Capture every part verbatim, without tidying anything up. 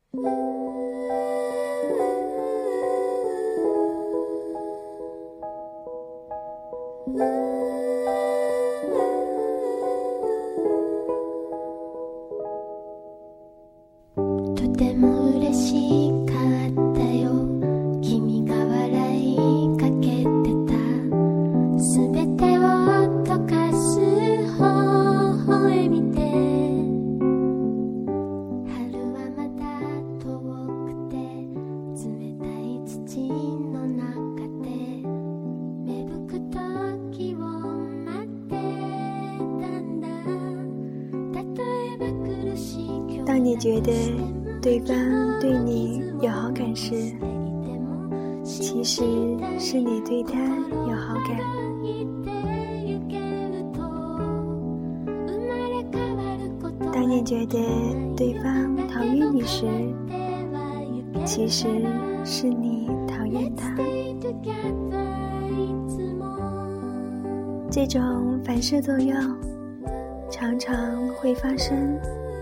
当你觉得对方对你有好感时，其实是你对他有好感。当你觉得对方讨厌你时，其实是你讨厌他。这种反射作用常常会发生。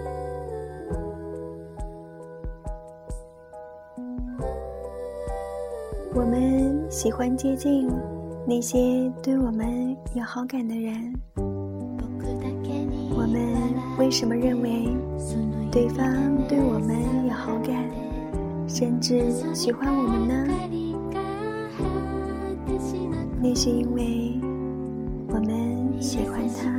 我们喜欢接近那些对我们有好感的人。我们为什么认为对方对我们有好感，甚至喜欢我们呢？那是因为我们喜欢他。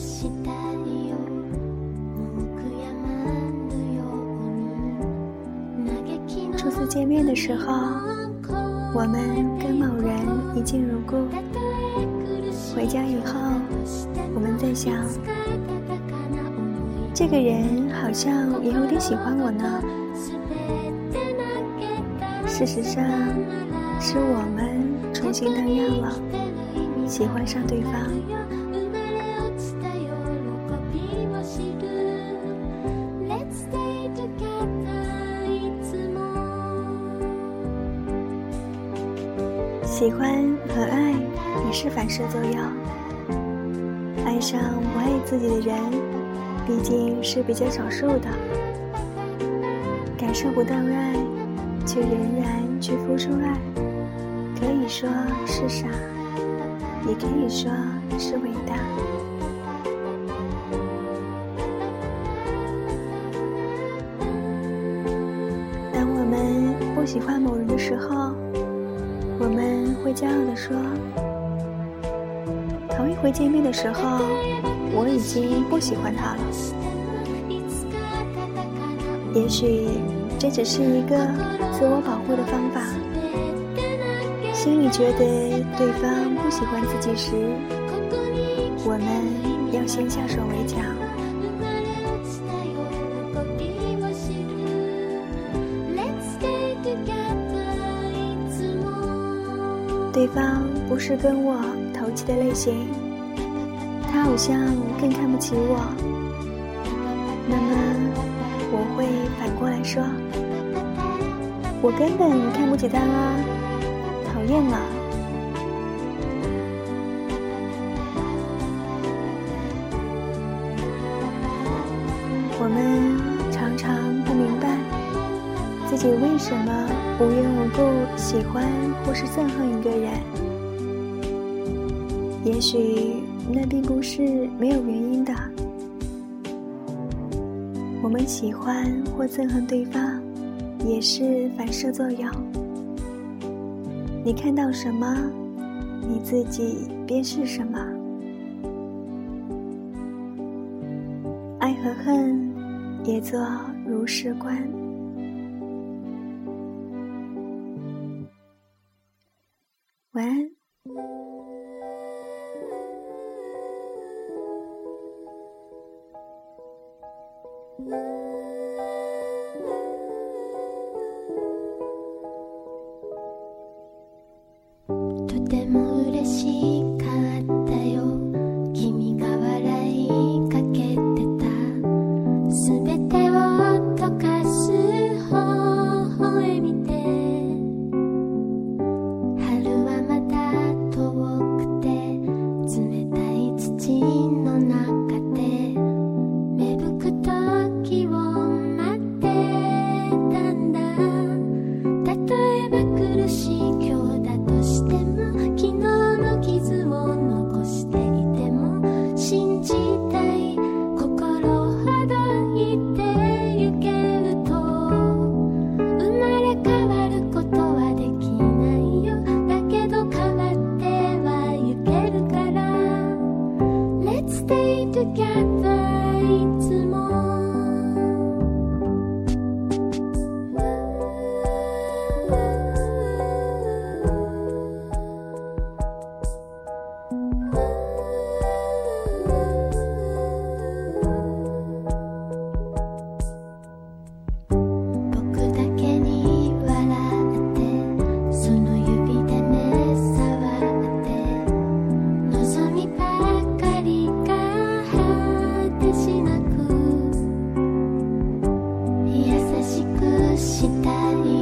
初次见面的时候，我们跟某人一见如故，回家以后，我们在想，这个人好像也有点喜欢我呢。事实上，是我们重新当样了，喜欢上对方。喜欢和爱也是反射作用。爱上不爱自己的人，毕竟是比较少数的。感受不到爱，却仍然去付出爱，可以说是傻，也可以说是伟大。当我们不喜欢某人的时候，我们会骄傲地说，头一回见面的时候，我已经不喜欢他了。也许这只是一个自我保护的方法，心里觉得对方不喜欢自己时，我们要先下手为强。对方不是跟我投机的类型，他好像更看不起我，那么我会反过来说，我根本看不起他啊，讨厌了。我们常常不明白自己为什么无缘无故喜欢或是憎恨一个人，也许那并不是没有原因的。我们喜欢或憎恨对方，也是反射作用。你看到什么，你自己便是什么。爱和恨，也作如是观。晚安。 とても嬉しかったよ、君が笑いかけてた、すべてを溶かす微笑みで、春はまた together いつも僕だけに笑ってその指で目触って望みばかりが果てしなく優しくしたい